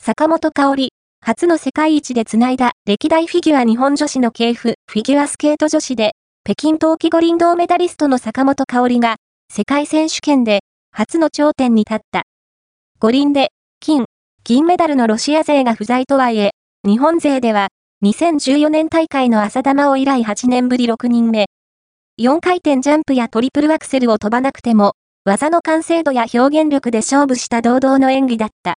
坂本花織、初の世界一でつないだ歴代フィギュア日本女子の系譜、フィギュアスケート女子で、北京冬季五輪銅メダリストの坂本花織が、世界選手権で初の頂点に立った。五輪で、銀メダルのロシア勢が不在とはいえ、日本勢では、2014年大会の浅田真央以来8年ぶり6人目。4回転ジャンプやトリプルアクセルを飛ばなくても、技の完成度や表現力で勝負した堂々の演技だった。